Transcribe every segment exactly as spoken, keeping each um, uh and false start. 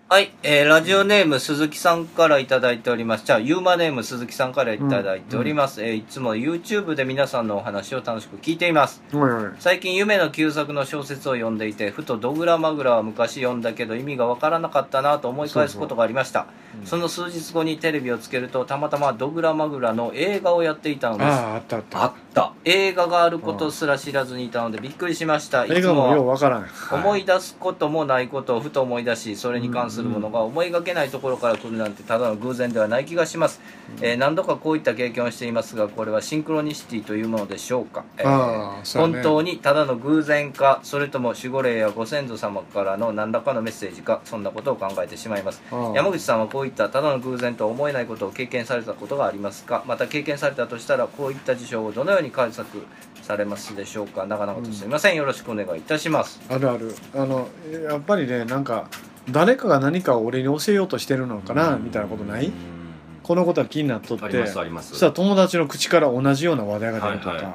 はい、えー、ラジオネーム鈴木さんからいただいております。じゃあユーマネーム鈴木さんからいただいております、うんうん、えー、いつも YouTube で皆さんのお話を楽しく聞いています、はいはい、最近夢の旧作の小説を読んでいて、ふとドグラマグラは昔読んだけど意味がわからなかったなと思い返すことがありました。 そ, そ, その数日後にテレビをつけるとたまたまドグラマグラの映画をやっていたのです。 ああ、あったあったあった映画があることすら知らずにいたのでびっくりしました。 映画もようわからん、 思い出すこともないことをふと思い出し、それに関するものが思いがけないところから来るなんてただの偶然ではない気がします、うん、えー、何度かこういった経験をしていますが、これはシンクロニシティというものでしょうか、えー、本当にただの偶然か、それとも守護霊やご先祖様からの何らかのメッセージか、そんなことを考えてしまいます。山口さんはこういったただの偶然とは思えないことを経験されたことがありますか？また経験されたとしたらこういった事象をどのように解釈されますでしょうか？長々とすみません、うん、よろしくお願いいたします。 あるある、あのやっぱりね、なんか誰かが何かを俺に教えようとしてるのかなみたいなことない？このことは気になっとって、ありますあります。そしたら友達の口から同じような話題が出るとか、はいはい、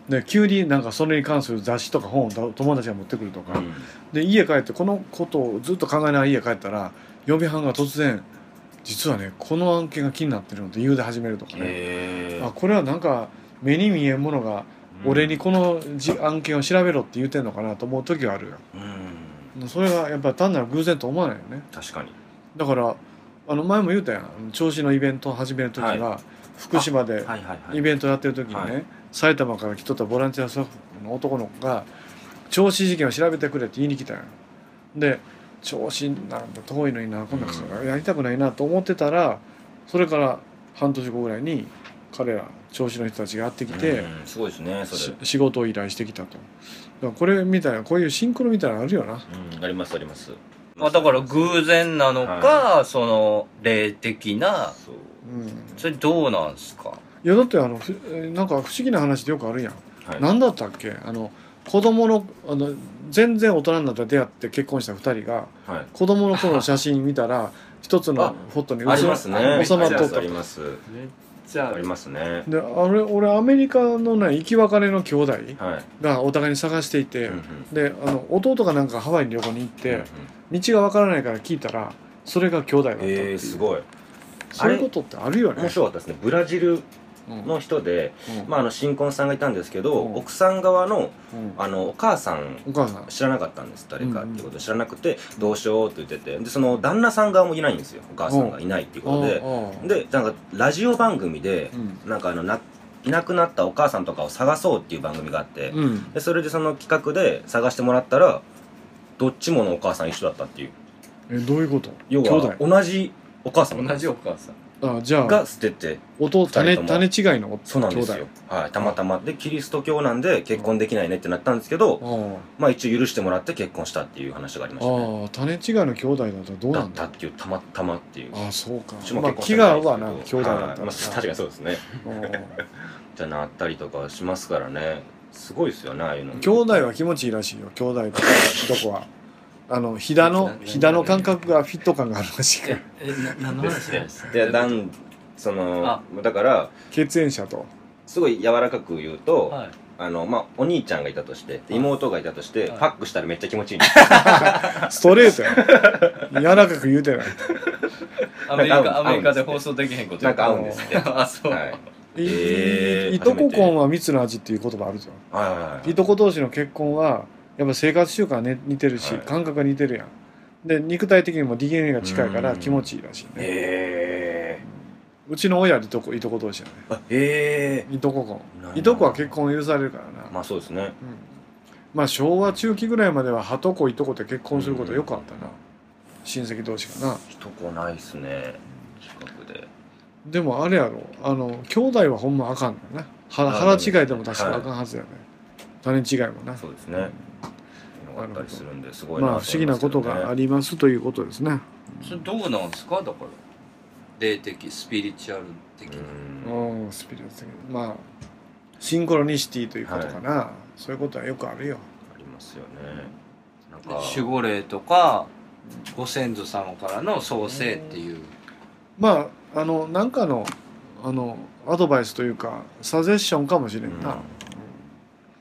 で急になんかそれに関する雑誌とか本を友達が持ってくるとか、うん、で家帰ってこのことをずっと考えながら家帰ったら嫁はんが突然実はねこの案件が気になってるのって言うで始めるとかね、あこれはなんか目に見えんものが俺にこの案件を調べろって言うてんのかなと思う時があるよ、うん、それがやっぱり単なる偶然と思わないよね。 確かに。 だからあの前も言うたやん、銚子のイベントを始める時が、はい、福島でイベントやってる時にね、はいはいはい、埼玉から来とったボランティアスタッフの男の子が銚子事件を調べてくれって言いに来たやん。で銚子なんだ遠いのにな、こんなやりたくないなと思ってたら、それから半年後ぐらいに彼ら銚子の人たちがやってきて、 うん、すごいですねそれ。 仕事を依頼してきたと。だからこれみたいな、こういうシンクロみたいなのあるよな、 うん、ありますあります。 まあ、だから偶然なのか、はい、その霊的な、そう、うん、それどうなんすか？ いやだってあのなんか不思議な話でよくあるやん、はい、何だったっけ、あの子供のあの全然大人になって出会って結婚したふたりが、はい、子供の頃の写真見たら一つのフォトにありますね、 収まっとった。 あります、じゃあありますね。 であれ俺アメリカのね生き別れの兄弟がお互いに探していて、はい、であの弟がなんかハワイに旅行に行って、うんうん、道がわからないから聞いたらそれが兄弟だったっていう、えー、すごい。そういうことってあるよね。 面白かったですね。ブラジルの人で、うん、まあ、あの新婚さんがいたんですけど、うん、奥さん側の、うん、あのお母さん知らなかったんです、誰かっていうことを知らなくて、うん、どうしようって言ってて、でその旦那さん側もいないんですよ、お母さんがいないっていうことで、でなんかラジオ番組で、うん、なんかあのないなくなったお母さんとかを探そうっていう番組があって、うん、でそれでその企画で探してもらったらどっちものお母さん一緒だったっていう。 えどういうこと？ 要は同じお母さん、 同じお母さんあじゃあが捨てて、 弟種種違いのそうなんですよ、はい、たまたまでキリスト教なんで結婚できないねってなったんですけど、まあ一応許してもらって結婚したっていう話がありましたね。 ああ種違いの兄弟だとどうなんだだったっていう、たまたまっていう。 ああそうか、まあ気が合うわな兄弟だったら、はい、まあ、 確かにそうですねじゃあなったりとかしますからね。すごいですよねああいうの。 兄弟は気持ちいいらしいよ、兄弟とかどこはあのひだのひだの感覚がフィット感があるらしいから。 ええな何の話ですか？ いやだんそのだから血縁者とすごい柔らかく言うと、はい、あのまあお兄ちゃんがいたとして妹がいたとして、はい、ファックしたらめっちゃ気持ちいいんですストレートや柔らかく言うてない。 アメリカアメリカで放送できへんことなんか合うんですってあそう、はい、 えー、いとこ婚は蜜の味っていう言葉あるじゃん、はいはいはい、いとこ同士の結婚はやっぱ生活習慣は、ね、似てるし、はい、感覚が似てるやん。で肉体的にも ディーエヌエー が近いから気持ちいいらしいね。 へえー、うちの親いとこいとこ同士やね。 あへえいとこ婚いとこは結婚許されるからな。 まあそうですね、うん、 まあ昭和中期ぐらいまでははとこいとこって結婚することはよくあったな、親戚同士がな。 いとこないっすね近くで。 でもあれやろ、あの兄弟はほんまあかんのよな。腹違いでも確かあかんはずやね、はい、種違いもな。 そうですね、うん、あったりするんですごいな、まあ不思議なことがありますということですね。 それどうなんですか？だから霊的スピリチュアル的な、 うん、スピリチュアル的な、まあシンクロニシティということかな、はい、そういうことはよくあるよ。 ありますよね。なんか守護霊とかご先祖様からの創生っていう、 まああの何かのあのアドバイスというかサジェッションかもしれんな、うん、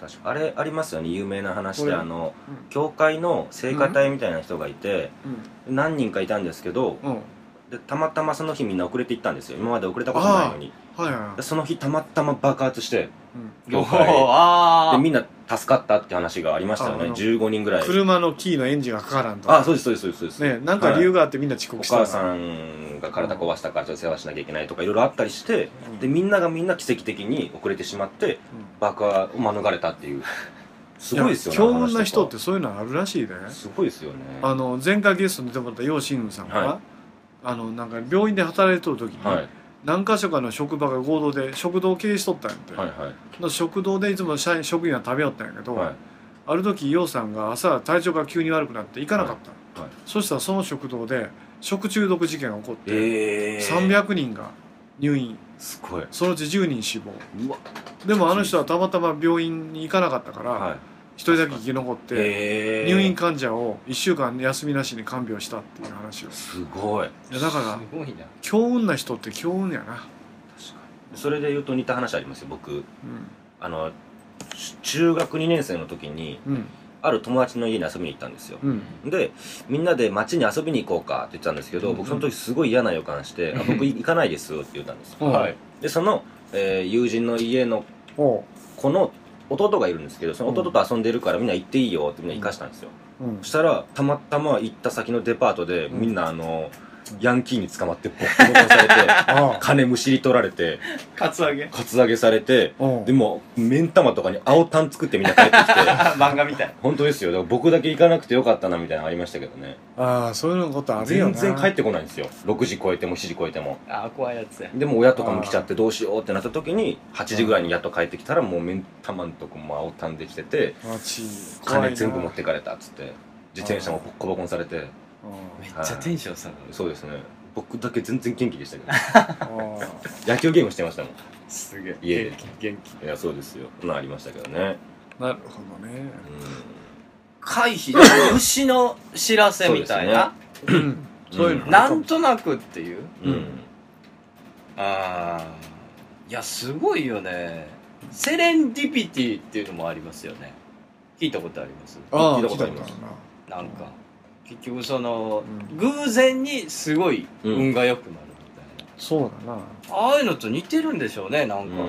確かあれありますよね、有名な話で、あの、うん、教会の聖歌隊みたいな人がいて、うん、何人かいたんですけど、うん、でたまたまその日みんな遅れて行ったんですよ、今まで遅れたことないのに、はいはい、でその日たまたま爆発して、うん、教会でみんな助かったって話がありましたよね。じゅうごにんぐらい車のキーのエンジンがかからんと。 あ、そうですそうですそうですね、なんか理由があってみんな遅刻した、 はい、お母さんが体壊したからちょっと世話しなきゃいけないとかいろいろあったりして、うん、でみんながみんな奇跡的に遅れてしまって、うん、爆破を免れたっていう。すごいですよね。 強運な人ってそういうのあるらしいね。 すごいですよね。 あの前回ゲストに出てもらった楊真雲さんが、はい、あのなんか病院で働いてる時に、はい、何か所かの職場が合同で食堂を経営しとったんやって、はいはい、の食堂でいつも社員職員が食べよったんやけど、はい、ある時楊さんが朝体調が急に悪くなって行かなかった、はいはい、そしたらその食堂で食中毒事件が起こって、えー、さんびゃくにんが入院、 すごい、 そのうちじゅうにん死亡。うわ、でもあの人はたまたま病院に行かなかったから、はい、一人だけ生き残って入院患者をいっしゅうかん休みなしに看病したっていう話を。 すごい。 いやだから強運な人って強運やな。確かに。それで言うと似た話ありますよ僕、うん、あの中学にねん生の時に、うん、ある友達の家に遊びに行ったんですよ、うん、でみんなで街に遊びに行こうかって言ってたんですけど、うん、僕その時すごい嫌な予感して、うん、あ僕行かないですって言ったんです、はい、でその、えー、友人の家の子の弟がいるんですけど、その弟と遊んでるからみんな行っていいよってみんな行かしたんですよ、うん、そしたらたまたま行った先のデパートでみんなあの、うん、ヤンキーに捕まってボッコボコにされて金むしり取られてカツアゲカツアゲされて、でも目ん玉とかに青タン作ってみんな帰ってきて漫画みたい。 本当ですよ。だから僕だけ行かなくてよかったなみたいなのありましたけどね。 ああ、そういうことあるよな。 全然帰ってこないんですよ。ろくじ超えてもしちじ超えても。 ああ、怖いやつや。 でも親とかも来ちゃってどうしようってなった時にはちじぐらいにやっと帰ってきたらもう目ん玉のとこも青タンできてて、金全部持ってかれたっつって自転車もボッコボコにされて、 めっちゃテンション下がる。 そうですね。僕だけ全然元気でしたけど野球ゲームしてましたもん。 すげえ家で元気元気。 いやそうですよ。そんなありましたけどね。 なるほどね。 回避牛の知らせみたいな、そういうのなんとなくっていう、うん、ああ、いやすごいよね。セレンディピティっていうのもありますよね。聞いたことあります？ ああ、 聞いたことあります。 なんか結局その、うん、偶然にすごい運が良くなるみたいな、 そうだな。 ああいうのと似てるんでしょうね。なんか、うん、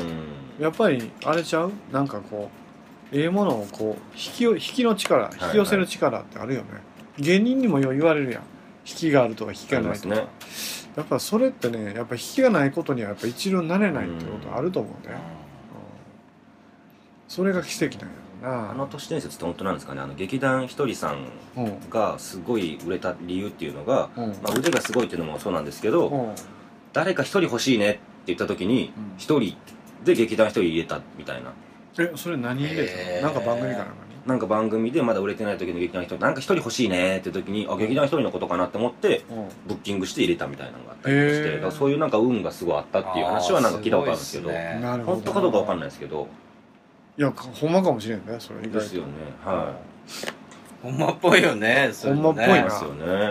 やっぱりあれちゃう、なんかこうええものをこう引き引きの力、引き寄せる力ってあるよね、はいはい、芸人にもよう言われるやん、引きがあるとか引きがないとか、ね、やっぱそれってね、やっぱ引きがないことにはやっぱ一流になれないってことあると思うね、うんうん、それが奇跡なんや。 あの都市伝説って本当なんですかね。あの劇団ひとりさんがすごい売れた理由っていうのが、うん、まあ、腕がすごいっていうのもそうなんですけど、うん、誰か一人欲しいねって言った時に一、うん、人で劇団一人入れたみたいな。 え、それ何入れたの？なんか番組かなんかに？ なんか番組でまだ売れてない時の劇団一人、なんか一人欲しいねって時に、あ、劇団一人のことかなって思ってブッキングして入れたみたいなのがあったりして、だからそういうなんか運がすごいあったっていう話はなんか聞いたことあるんですけど、ね、本当かどうかわかんないですけど。 いや、ほんまかもしれんね、それ意外と。 ですよね。はい。 ほんまっぽいよね。 ほんまっぽいな。 ですよね。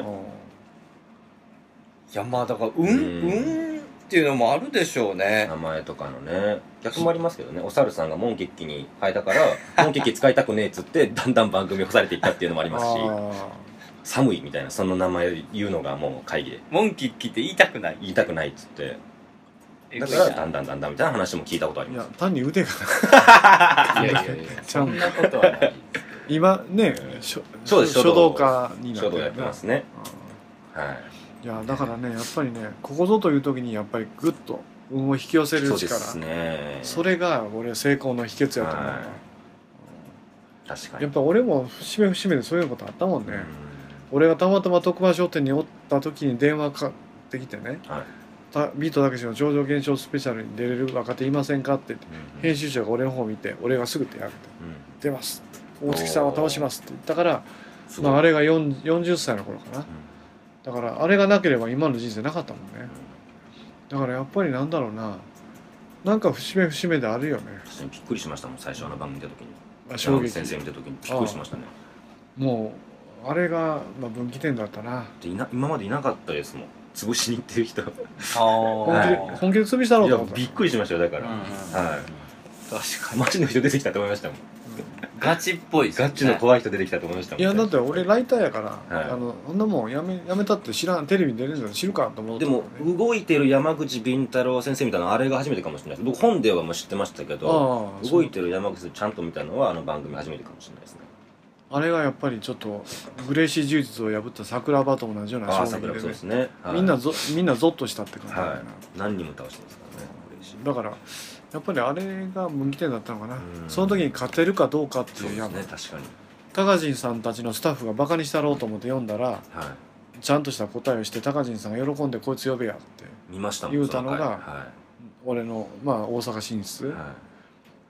いや、まあだから運、運っていうのもあるでしょうね。 名前とかのね。逆もありますけどね。お猿さんがモンキッキに変えたからモンキッキ使いたくねえっつってだんだん番組を干されていったっていうのもありますし、寒いみたいなその名前言うのがもう会議で。 モンキッキって言いたくない。 言いたくないっつって。だからだんだんだんだんみたいな話も聞いたことあります。 いや、単に腕がいやいやいや、そんなことはない今ね、 そうです、 書道家になって書道やってますね、 うん、はい。いやだからね、やっぱりね、ここぞという時にやっぱりグッと運を引き寄せる力、そうですね、それが俺成功の秘訣やと思う、はい、うん、確かに。やっぱ俺も節目節目でそういうことあったもんね、うん、俺がたまたま徳間商店におった時に電話かかってきてね、はい、ビートたけしの超常現象スペシャルに出れる若手いませんかって言って、うん、編集長が俺の方を見て、俺がすぐ手挙げて、うん、出ます大月さんは倒しますって言ったから、まあ、あれがよんじゅっさいの頃かな、うん、だからあれがなければ今の人生なかったもんね。だからやっぱりなんだろうな、なんか節目節目であるよね。 びっくりしましたもん、最初あの番組見た時に。 あ、衝撃。 先生見た時にびっくりしましたね。 もうあれが、まあ、分岐点だったな。 でいな今までいなかったですもん、潰しに行ってる人。 本気で本気で潰したろうと思った。 いやびっくりしましたよ、だから、うん、はい、 確かに街の人出てきたと思いましたもん。 ガチっぽいですね。 ガチの怖い人出てきたと思いましたもん、 ね、いやだって俺ライターやから、はい、あのそんなもんやめやめたって知らん、テレビに出れるの知るかと思う、ね、 でも動いてる山口敏太郎先生みたいなあれが初めてかもしれないです。僕本ではもう知ってましたけど、動いてる山口ちゃんと見たのはあの番組初めてかもしれないですね。 あれがやっぱりちょっとグレーシー柔術を破った桜庭と同じような衝撃で、ね、 そうですね、はい、 みんなぞみんなゾッとしたって感じだな、 はい、何人も倒してますからね。 だからやっぱりあれが分岐点だったのかな。その時に勝てるかどうかっていう、 そうですね、確かに高人さんたちのスタッフがバカにしたろうと思って読んだら、はい、ちゃんとした答えをして高人さんが喜んでこいつ呼べやって言うたのが、はい、俺の、まあ、大阪進出、はい、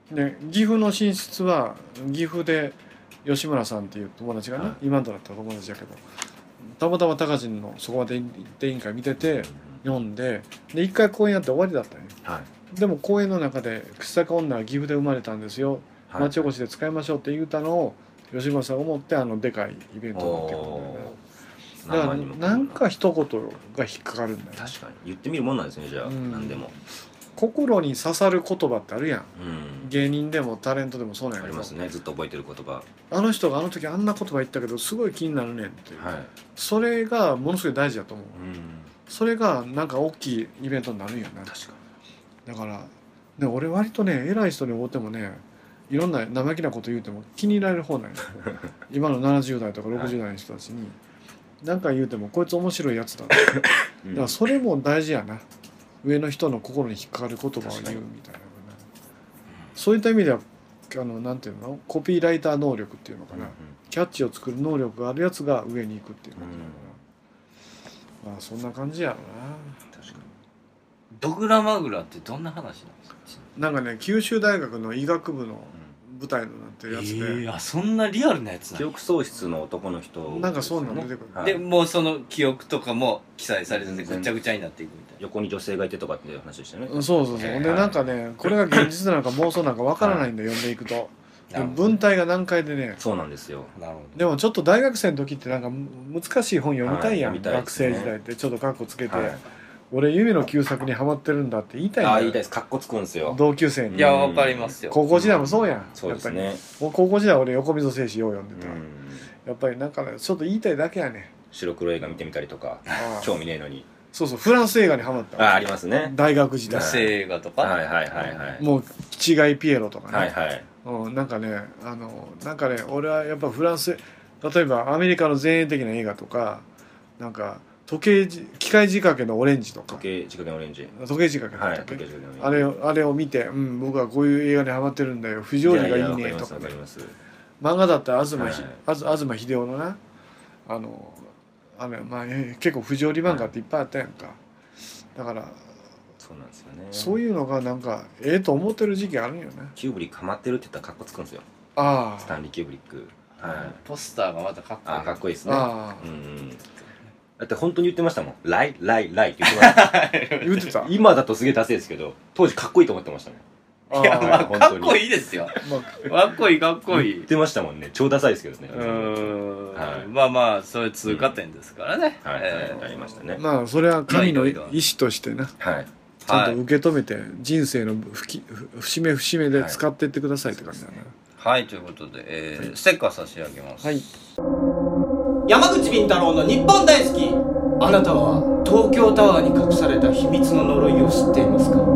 で岐阜の進出は岐阜で吉村さんっていう友達がね、はい、今となったら友達だけどたまたま高人のそこまで行って委員会見てて読んで、で一回公演やって終わりだったね、はい、でも公演の中で「口坂女は岐阜で生まれたんですよ、はい、町おこしで使いましょう」って言うたのを吉村さんが思ってあのでかいイベントになってくるんだよね。だからなんか一言が引っかかるんだよね。 確かに言ってみるもんなんですね。じゃあ、うん、何でも心に刺さる言葉ってあるやん、うん、芸人でもタレントでもそうなんやけどありますね。ずっと覚えてる言葉、 あの人があの時あんな言葉言ったけどすごい気になるねんっていう、はい、それがものすごい大事だと思う、うん、それがなんか大きいイベントになるんやな。 確かに。だからで俺割とね偉い人に会うてもねいろんな生意気なこと言うても気に入られる方なんや今のななじゅう代とかろくじゅう代の人たちに何か言うてもこいつ面白いやつだだからそれも大事やな。上の人の心に引っかかる言葉を言うみたいな、そういった意味ではあのなんていうのコピーライター能力っていうのかな、うんうん、キャッチを作る能力があるやつが上に行くっていう感じなのかな、うん、まあそんな感じやろな。 確かに。ドグラマグラってどんな話なんですか。 なんかね九州大学の医学部の舞台になってるやつで、えー、あそんなリアルなやつな。 記憶喪失の男の人、 ね、なんかそうなの出てくる、 はい、でもうその記憶とかも記載されててぐちゃぐちゃになっていくみたいな。 横に女性がいてとかっていう話でしたね。 そうそうそう、えー、でなんかねこれが現実なのか妄想なのかわからないんだよ、はい、読んでいくと文体が難解でね。 そうなんですよ。 なるほど。でもちょっと大学生の時ってなんか難しい本読みたいやん、はいね、学生時代ってちょっとカッコつけて、はい、俺夢の旧作にハマってるんだって言いたいんだよ。 ああ言いたいです。カッコつくんですよ同級生に。 いやわかりますよ。 高校時代もそうやん、うん、 そうですね。 高校時代俺横溝正史よう読んでた、うん、やっぱりなんか、ね、ちょっと言いたいだけやね。 白黒映画見てみたりとか興味ねえのに。そうそうフランス映画にハマった。 あありますね。 大学時代女性映画とか、 はいはいはいはい、 もう違いピエロとかね、 はいはい、 うん、なんかねあのなんかね俺はやっぱフランス例えばアメリカの前衛的な映画とかなんか時計機械仕掛けのオレンジとか時計仕掛けのオレンジ時計仕掛けのオレンジ、はい、あれをあれを見て、うん、僕はこういう映画にハマってるんだよ不条理がいいねとかね。漫画だったら東、はい、東秀夫のなあのあれ、まあ、結構不条理漫画っていっぱいあったやんか、はい、だからそうなんですよね。 そういうのがなんかええと思ってる時期あるんよね。 キューブリックハマってるって言ったらカッコつくんですよ。 ああスタンリー・キューブリック、はい、 ポスターがまたかっこいい。 あかっこいいですね。あ、うん、だって本当に言ってましたもん。ライライライって言ってました言ってた。 今だとすげえダセいですけど当時かっこいいと思ってましたね。 いやまあかっこいいですよ、まあ、かっこいいかっこいい言ってましたもんね。超ダサいですけどね。 うーん、はい、まあまあそういう通過点ですからね、 うん、はい、えー、ありましたね。 まあそれは神の意思としてな、はい、ちゃんと受け止めて人生の節目節目で使っていってくださいって感じだな。 はい、はい、ということで、えー、ステッカー差し上げます。はい。 山口敏太郎の日本大好き。あなたは東京タワーに隠された秘密の呪いを知っていますか。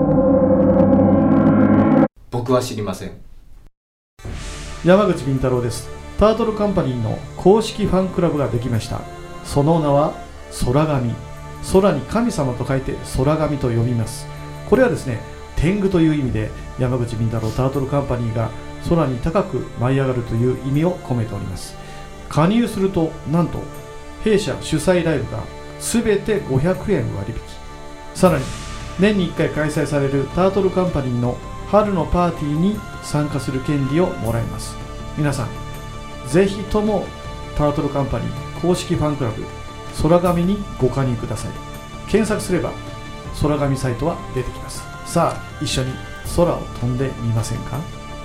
僕は知りません。 山口敏太郎です。タートルカンパニーの公式ファンクラブができました。その名は空神。空に神様と書いて空神と呼びます。これはですね天狗という意味で山口敏太郎タートルカンパニーが空に高く舞い上がるという意味を込めております。加入するとなんと弊社主催ライブが全てごひゃくえん割引、さらに年にいっかい開催されるタートルカンパニーの春のパーティーに参加する権利をもらえます。皆さんぜひともタートルカンパニー公式ファンクラブ空神にご加入ください。検索すれば空神サイトは出てきます。さあ一緒に空を飛んでみませんか。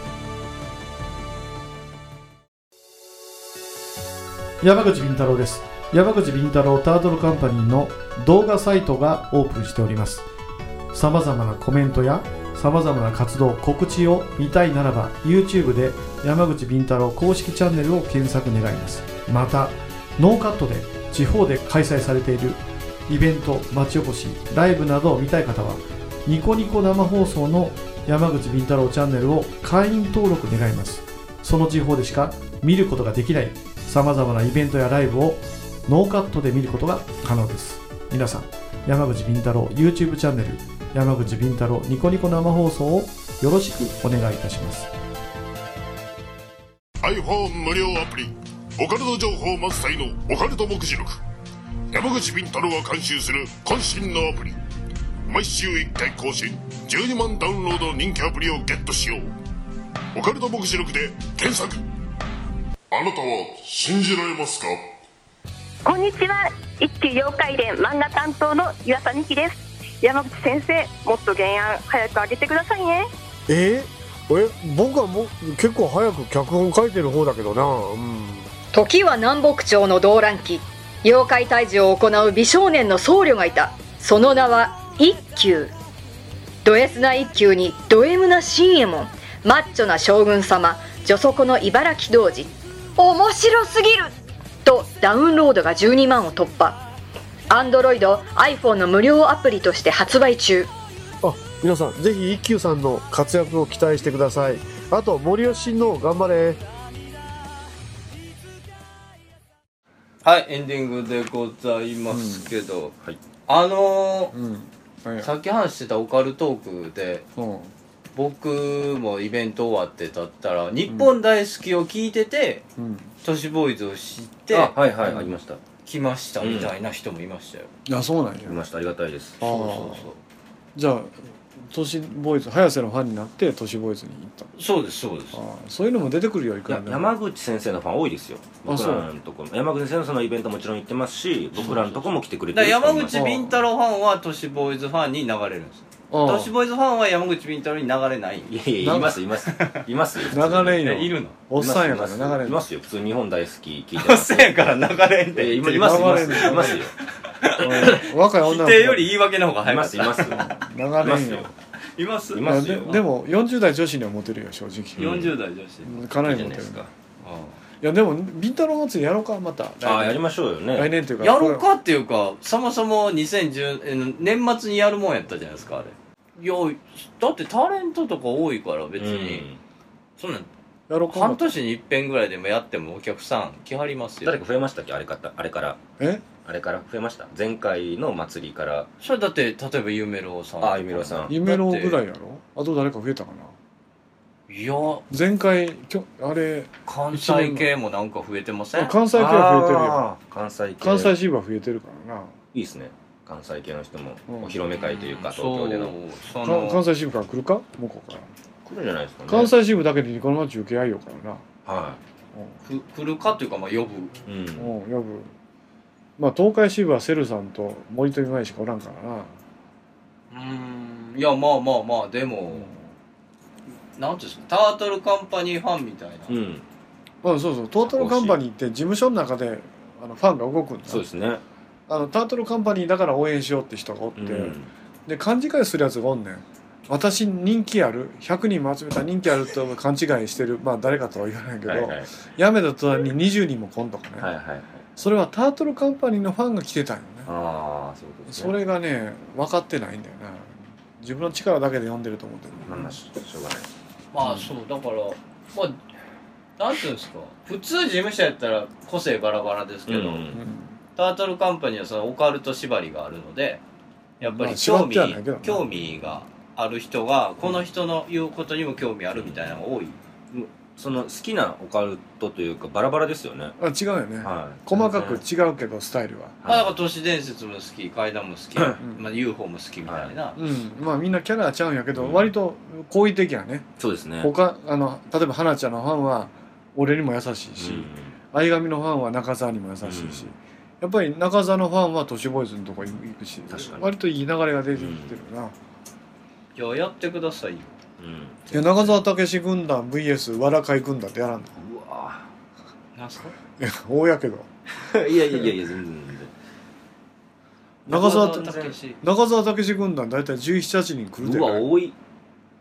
山口敏太郎です。山口敏太郎タートルカンパニーの動画サイトがオープンしております。さまざまなコメントやさまざまな活動告知を見たいならば YouTube で山口敏太郎公式チャンネルを検索願います。またノーカットで地方で開催されているイベント、町おこし、ライブなどを見たい方はニコニコ生放送の山口敏太郎チャンネルを会員登録願います。その地方でしか見ることができないさまざまなイベントやライブをノーカットで見ることが可能です。皆さん、山口敏太郎 YouTube チャンネル、山口敏太郎ニコニコ生放送をよろしくお願いいたします。 iPhone 無料アプリオカルト情報満載のオカルト目次録、山口敏太郎が監修する渾身のアプリ、毎週いっかい更新、じゅうにまんダウンロードの人気アプリをゲットしよう。オカルト目次録で検索。あなたは信じられますか？ こんにちは、一級妖怪伝漫画担当の岩佐美希です。山口先生、もっと原案早く上げてくださいね。 えー、え僕はもう結構早く脚本書いてる方だけどな、うん、 時は南北朝の動乱期、妖怪退治を行う美少年の僧侶がいた。その名は一休。ド S な一休にド M な新右衛門、マッチョな将軍様、女底の茨城童子。面白すぎるとダウンロードがじゅうにまんを突破。Android、iPhone の無料アプリとして発売中。 あ、皆さんぜひ一休さんの活躍を期待してください。あと森吉親王頑張れ。 はい、エンディングでございますけど、うん、 はい、 あのーうん、 さっき話してたオカルトークで、 うん、 僕もイベント終わってたったら日本大好きを聞いてて、うん、都市ボーイズを知って、 あ、はいはい、ありました、 来ましたみたいな人もいましたよ。 いや、そうなんや。 いました、ありがたいです。 そうそうそう。じゃあ都市ボーイズ、早瀬のファンになって都市ボーイズに行った。 そうですそうです。 あ、そういうのも出てくるよ。いくらでも山口先生のファン多いですよ。僕らのとこ山口先生のそのイベントもちろん行ってますし、僕らのとこも来てくれてる。 だから山口敏太郎ファンは都市ボーイズファンに流れるんです。都市ボーイズファンは山口敏太郎に流れない。 いやいや、いますいますいますよ。 流れんのいるの。 おっさんやから流れんの。 いますよ。普通日本大好き聞いてます。 おっさんやから流れんで。 いますいますいますよ。 若い女の子否定より言い訳の方が早かった。 いますいますよ。流れんよ。 いますいますよ。 でもよんじゅう代女子にはモテるよ、正直。 よんじゅう代女子かなりモテる。いやでもビンタロウ祭りやろうか、また。 ああ、やりましょうよね。 来年というかやろうかっていうか、そもそもにせんじゅう年末にやるもんやったじゃないですか、あれ。いやだってタレントとか多いから別に、うん、そんなんやろうか、 半年に一遍ぐらいでもやってもお客さん来はりますよ。 誰か増えましたっけ、あれかあれからえあれから増えました、前回の祭りから。 それだって例えばゆめろうさん。 ああ、ゆめろうさん、 ゆめろうぐらいやろ。あと誰か増えたかな。 いや前回きょあれ関西系もなんか増えてません？ 関西系は増えてるよ。 関西系、 関西支部は増えてるからな。 いいですね、関西系の人もお披露目会というか、東京での関西支部から来るか、向こうから来るんじゃないですかね。 関西支部だけでニコ生中受け合いよからな。 はい、 来るかというか、まあ呼ぶ、 うん、呼ぶ。まあ東海支部はセルさんと森富舞しかおらんからな。うーん、いやまあまあまあでも、うん、なんていうんですか、タートルカンパニーファンみたいな。 うん、あ、そうそう、タートルカンパニーって事務所の中であのファンが動くんだ。 そうですね。 あのタートルカンパニーだから応援しようって人がおって、うん、で勘違いするやつがおんねん。私人気ある、ひゃくにんも集めた人気あると勘違いしてる、まあ誰かとは言わないけど、はい、はい、やめた途端ににじゅうにんも来んとかね、 はいはいはい、 それはタートルカンパニーのファンが来てたんよね。 ああ、そうですね。 それがね分かってないんだよな。自分の力だけで呼んでると思ってる。 まあしょうがない。 まあそうだから、まあなんていうんですか、普通事務所やったら個性バラバラですけど、うんうん、タートルカンパニーはそのオカルト縛りがあるので、やっぱり興味、まあ、興味がある人がこの人の言うことにも興味あるみたいなのが多い。 うん、その好きなオカルトというかバラバラですよね。 あ、違うよね、はい、細かく違うけどスタイルは、はい、 まあだから都市伝説も好き、怪談も好き、まあ ユーフォー も好きみたいな、はい、 うん、まあみんなキャラはちゃうんやけど、うん、割と好意的やね。 そうですね。 他あの例えば花ちゃんのファンは俺にも優しいし、うん、相上のファンは中澤にも優しいし、うん、やっぱり中澤のファンは都市ボーイズのとこ行くし、割といい流れが出てきてるな、うん、 いややってくださいよ、 うん、いや中澤武史軍団 ブイエス わらかい軍団ってやらんの。 うわなんすか。 いや大やけどいやいやいやいや全然中澤武史中澤武史軍団だいたいじゅうなな、はちにん来るで。 うわ多い。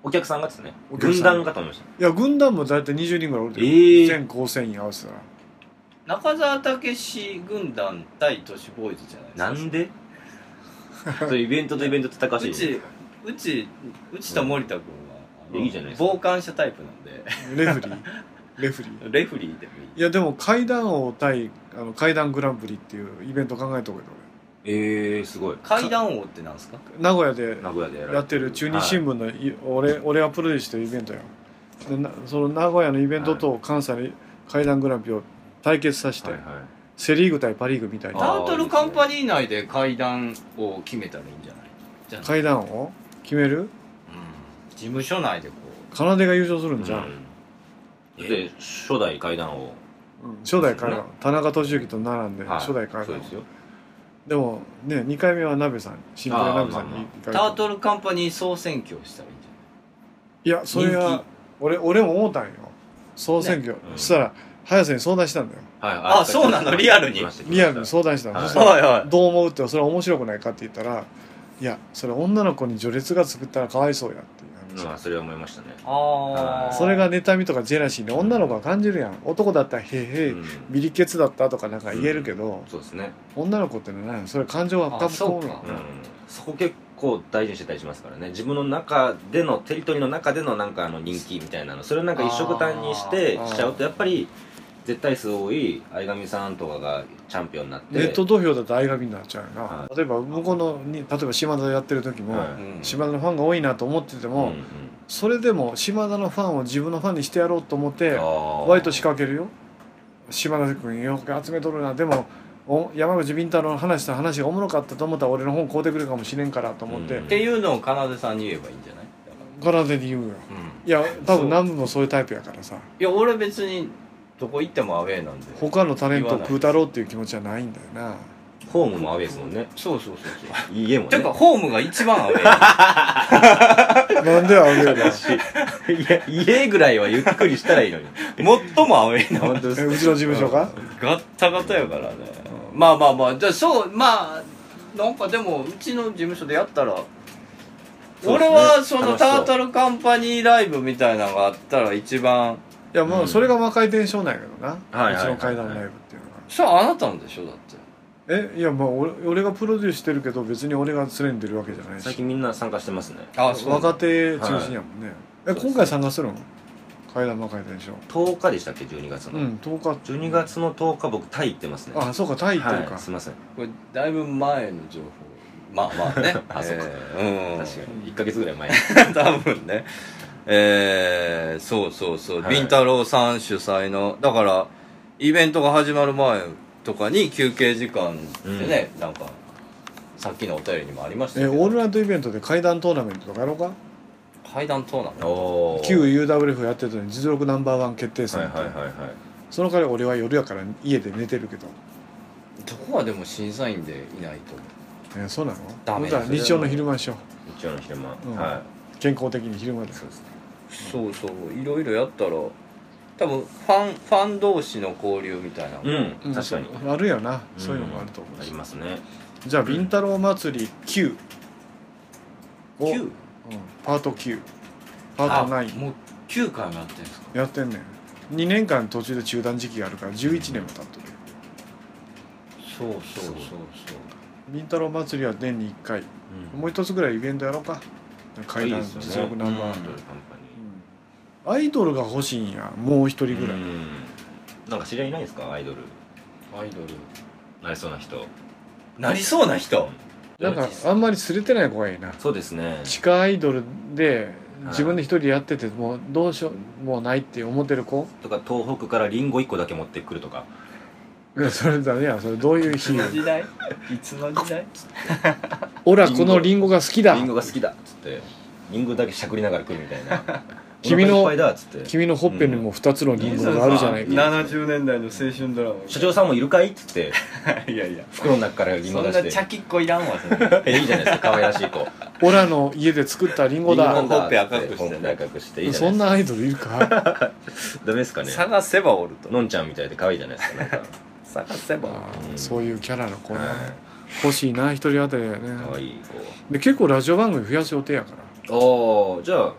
お客さんがですね、軍団かと思いました。 いや軍団も大体にじゅうにんぐらいおるで、 えー、 全構成員合わせたら中澤武史軍団対都市ボーイズじゃないですか。 なんでそうイベントとイベント戦わしい。 うちうちうちと森田君は、 いいじゃないですか。 傍観者タイプなんでレフリーレフリーレフリーでもいい。 いやでも階段王対あの階段グランプリっていうイベント考えとくけどえー、すごい。 階段王ってなんですか？ 名古屋で名古屋でやってる中日新聞の、はい、俺俺がプロデュースしてるイベントやでなその名古屋のイベントと関西の階段グランプリを対決させて、はいはい、セリーグ対パリーグみたいな。 タートルカンパニー内で階段を決めたらいいんじゃない？じゃ階段を決める、うん、 事務所内でこう奏でが優勝するんじゃん、 うん、で初代階段を、 うん、初代階段、ね、田中俊之と並んで、はい、初代階段そうですよ。でもねにかいめは鍋さん新プレ鍋さんに、まあまあ、 タートルカンパニー総選挙をしたらいいんじゃない？ いやそれは俺俺も思ったんよ総選挙、ねうん、そしたら早瀬に相談したんだよ、 はい、ああそうなのリアルにリアルに相談したの、はい、そしたら、はいはい、どう思うってそれは面白くないかって言ったらいやそれ女の子に序列が作ったらかわいそうやっていう話、うん、それは思いましたね。 あそれが妬みとかジェラシーで女の子が感じるやん。男だったらへいへい、うん、ビリケツだったとかなんか言えるけど、 うん、そうですね、 女の子ってのはそれ感情が深くこうの、うん、 そこ結構大事にしてたりしますからね。自分の中でのテリトリーの中でのなんかあの人気みたいなのそれをなんか一緒くたにしてしちゃうとやっぱり絶対数多い相上さんとかがチャンピオンになってネット投票だと相上になっちゃうよな、はい、例えば向こうのに例えば島田でやってる時も、はい、島田のファンが多いなと思ってても、うんうん、それでも島田のファンを自分のファンにしてやろうと思って割と仕掛けるよ。島田君よく集めとるなでも山口敏太郎の話した話がおもろかったと思ったら俺の本買うてくれるかもしれんからと思って、うん、 っていうのをかなでさんに言えばいいんじゃない？ かなでに言うよ、うん、いや多分南部もそういうタイプやからさ。 いや俺別にどこ行ってもアウェーなんで他のタレントを食うたろうっていう気持ちはないんだよな。 ホームもアウェーですもんね。 そうそうそうそう家もね。 ていうかホームが一番アウェーなんでアウェーだいや家ぐらいはゆっくりしたらいいのに最もアウェーな本当です。うちの事務所かガッタガタやからね、うん、まあまあまあじゃあそうまあなんかでもうちの事務所でやったら、ね、俺はそのタートルカンパニーライブみたいなのがあったら一番いやもうそれが魔界伝承なんやけどな、うん、うちの階段ライブっていうのがそれはあなたのでしょだってえいやまあ 俺, 俺がプロデュースしてるけど別に俺が連れんでるわけじゃないし最近みんな参加してますね。 あそう若手中心やもんね、はい、え今回参加するの階段魔界伝承とおかでしたっけじゅうにがつのうんとおかじゅうにがつのとおか僕タイ行ってますね。 あそうかタイ行ってるか、 はい、すいませんこれだいぶ前の情報まあまあねあそうか、 えー、うん確かにいっかげつぐらい前多分ねえー、そうそうそう、はい、ビンタロウさん主催のだからイベントが始まる前とかに休憩時間でね、うん、なんかさっきのお便りにもありましたけど、 えオールナイトイベントで階段トーナメントとかやろうか。 階段トーナメント旧 ユーダブリューエフ やってたのに実力ナンバーワン決定戦、 はいはいはいはい、 その代わり俺は夜やから家で寝てるけどどこはでも審査員でいないと。 えー、そうなのダメだ日曜の昼間でしょ。 日曜の昼間、 うん、 はい健康的に昼間でそうですね。 そうそういろいろやったら多分ファンファン同士の交流みたいな、 うん、確かにあるよな、そういうのもあると思う、 うん、ありますね。 じゃあビンタロウ祭りきゅうを、 きゅう、うん、 パートきゅうパートナインもうきゅうかいもやってんですか。 やってんねん。にねんかん途中で中断時期があるからじゅういちねんも経ってる。 そうそうそうそうビンタロウ祭りは年にいっかい、うん、もう一つぐらいイベントやろうか。階段実力ナンバーワン、アイドルが欲しいんやもう一人ぐらい。 うんなんか知り合いいないですかアイドル。 アイドルなりそうな人なりそうな人、 うん、なんかあんまりすれてない子がいいな。 そうですね。 地下アイドルで自分で一人でやっててもうどうしようもうないって思ってる子とか東北からリンゴいっこだけ持ってくるとか。 いやそれだねやそれどういう日いつの時代いつの時代オラこのリンゴが好きだリンゴが好きだっつってリンゴだけしゃくりながら食うみたいな君の君のほっぺにもふたつのリンゴがあるじゃないか、うん、 ななじゅうねんだいの青春ドラマ社長さんもいるかいっつっていやいや袋の中からリンゴ出してそんなチャキっこいらんわそれいいじゃないですか可愛らしい子オラの家で作ったリンゴだリンゴほっぺ赤くして、 ね、赤くしていいじゃないですか。 そんなアイドルいるかダメですかね。 探せばおるとのんちゃんみたいで可愛いじゃないですかなんか探せば、 うん、そういうキャラの子ね、はい、欲しいな一人当たりだよね。 可愛い子で結構ラジオ番組増やす予定やから。 ああじゃあ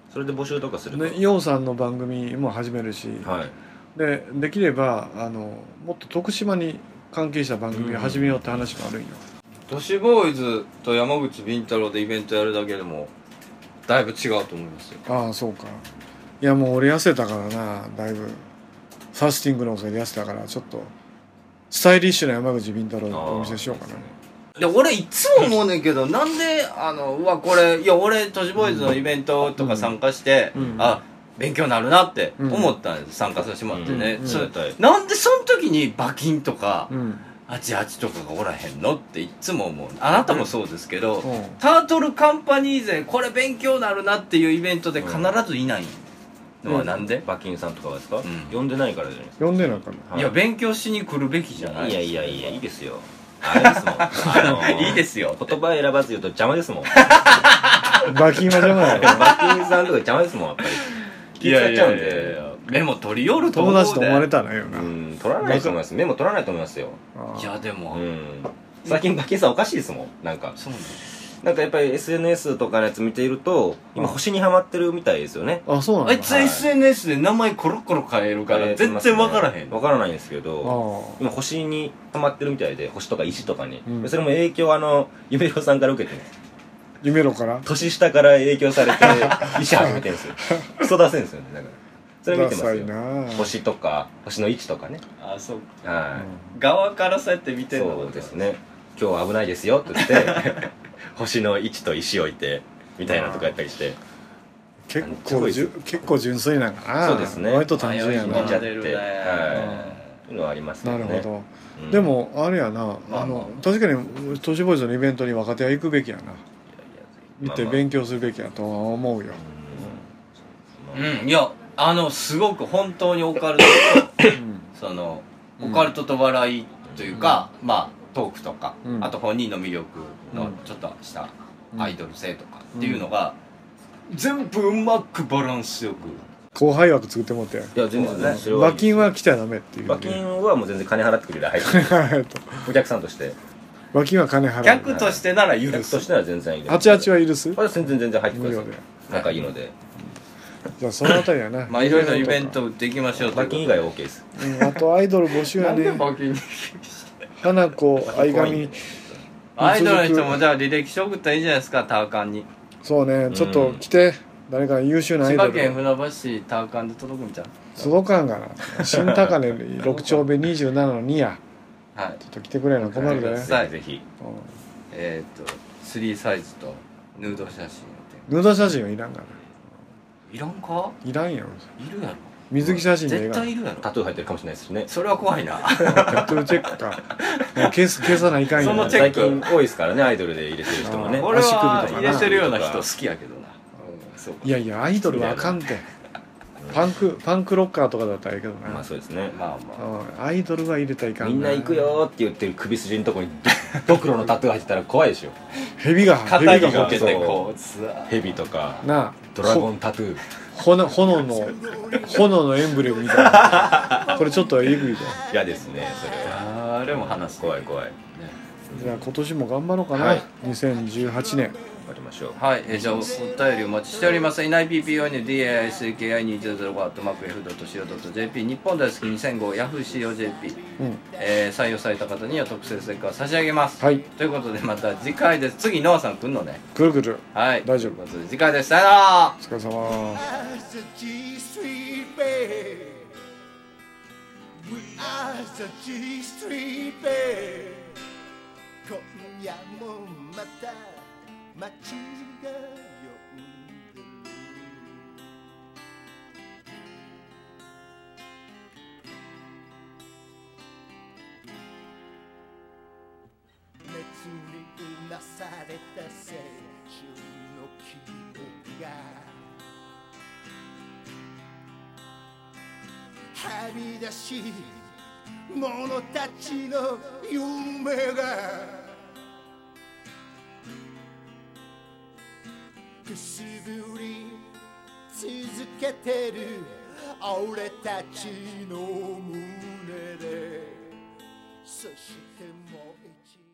それで募集とかするとね、ようさんの番組も始めるし、 はい、 でできればあのもっと徳島に関係した番組を始めようって話もあるんよ。 都市ボーイズと山口敏太郎でイベントやるだけでもだいぶ違うと思いますよ。 ああそうか。いやもう俺痩せたからな、だいぶファスティングのせいで痩せたから、ちょっとスタイリッシュな山口敏太郎のお店しようかな。 で俺いつも思うねんけどなんであのうわこれいや俺都市ボーイズのイベントとか参加して、うん、あ勉強になるなって思ったんです、うん、参加させてもらってね、うんうん、そなんでその時に馬琴とか、うん、アチアチとかがおらへんのっていつも思う。あなたもそうですけど、うん、タートルカンパニー勢これ勉強になるなっていうイベントで必ずいないのはなんで、 馬琴さんとかですか、うん、呼んでないからじゃないですか。 呼んでないから、 はい、いや勉強しに来るべきじゃない。 いやいやいやいいですよ。あれですもん、あのー、 いいですよ言葉選ばず言うと邪魔ですもん。 馬琴は邪魔だよ。 馬琴さんとか邪魔ですもんやっぱり。気使っちゃうんでメモ取り寄ると思うで。友達と思われたらよな。 うん取らないと思います。メモ取らないと思いますよ。 いやでも、 うん、最近馬琴さんおかしいですもん。なんかそうなんなんかやっぱり エスエヌエス とかのやつ見ていると今星にハマってるみたいですよね。 あそうなんだ。 あいつ エスエヌエス で名前コロコロ変えるから全然分からへん。 分からないんですけど今星にハマってるみたいで、星とか石とかに、うん、それも影響あの夢ろさんから受けてるんです。 夢ろから年下から影響されて石始めてるんですよ。クソ出せんですよね。だからそれ見てますよ。星とか星の位置とかね。 あそうか、はい、うん、側からそうやって見てるの。 そうですね。今日は危ないですよって言って星の位置と石置いてみたいなとかやったりして、 結構じゅ結構純粋なんかな。 そうですね。 割と単純やな。 見ちゃって、はい、いうのはありますね。 なるほど。うん、でもあれやな、あの確かに都市ボーイズのイベントに若手は行くべきやな。見て勉強するべきやとは思うよ。 うん、うん、いやあのすごく本当にオカルトと、うん、そのオカルトと笑いというか、うん、まあトークとか、うん、あと本人の魅力のちょっとしたアイドル性とかっていうのが、うん、全部うまくバランスよく後輩枠作ってもって。いや全然ね。 馬琴は来ちゃダメっていう、ね、 馬琴はもう全然金払ってくれる入ってるお客さんとして馬琴は金払う。 客としてなら許す。 客としてなら全然いい。 はちはちは許す。 これ全然全然入ってください。仲いいので。 じゃあそのあたりやな。 まあいろいろイベント売っていきましょう。 馬琴以外は OK です。 うん、あとアイドル募集やね。花子相上。 アイドルの人もじゃあ履歴書送ったらいいじゃないですか、ターカンに。 そうね、ちょっと来て、誰か優秀なアイドル。 千葉県船橋市ターカンで届くんちゃう？ 届かんがな。新高根ろく丁目にじゅうななのにや。はい。ちょっと来てくれな困るで。 ぜひ。えっとスリーサイズとヌード写真。 ヌード写真はいらんがな。 いらんか？ いらんやろ。 いるやろ。 水着写真で絶対いるやろ。 タトゥー入ってるかもしれないですしね。 それは怖いな。 タトゥーチェックか。消す消さないかんよ。 最近多いですからね、アイドルで入れてる人もね。 俺は入れてるような人好きやけどな。 いやいやアイドルはあかんて。パンクパンクロッカーとかだったらいいけどな。 まあそうですね。まあまあアイドルは入れたらいかん。 みんな行くよって言ってる首筋のとこにドクロのタトゥー入ってたら怖いでしょ。 蛇が蛇がこけてこう蛇とかなドラゴンタトゥー。 炎の炎のエンブレムみたいな。これちょっとエグいぞ。 嫌ですねそれは。 あれも話す。 怖い怖い。 じゃあ今年も頑張ろうかな。にせんじゅうはちねん。 頑張りましょう。 はい、えじゃあお便りお待ちしております。エヌアイピーピーオーエヌディーエーアイエスケーアイにせんご アットマークエフドットシーオードットジェーピー 日本大好きにせんごヤフー シーオージェーピー、うんえー、採用された方には特製ステッカー差し上げます。はい。ということでまた次回です。次ノアさん来るのね。 来る来る。 はい。 大丈夫。 ということで次回です。さよなら。 お疲れ様。今夜もまた街が呼んでる熱にうなされた青春の記憶がはみ出し者たちの夢がくすぶり続けてる俺たちの胸でそしてもう一度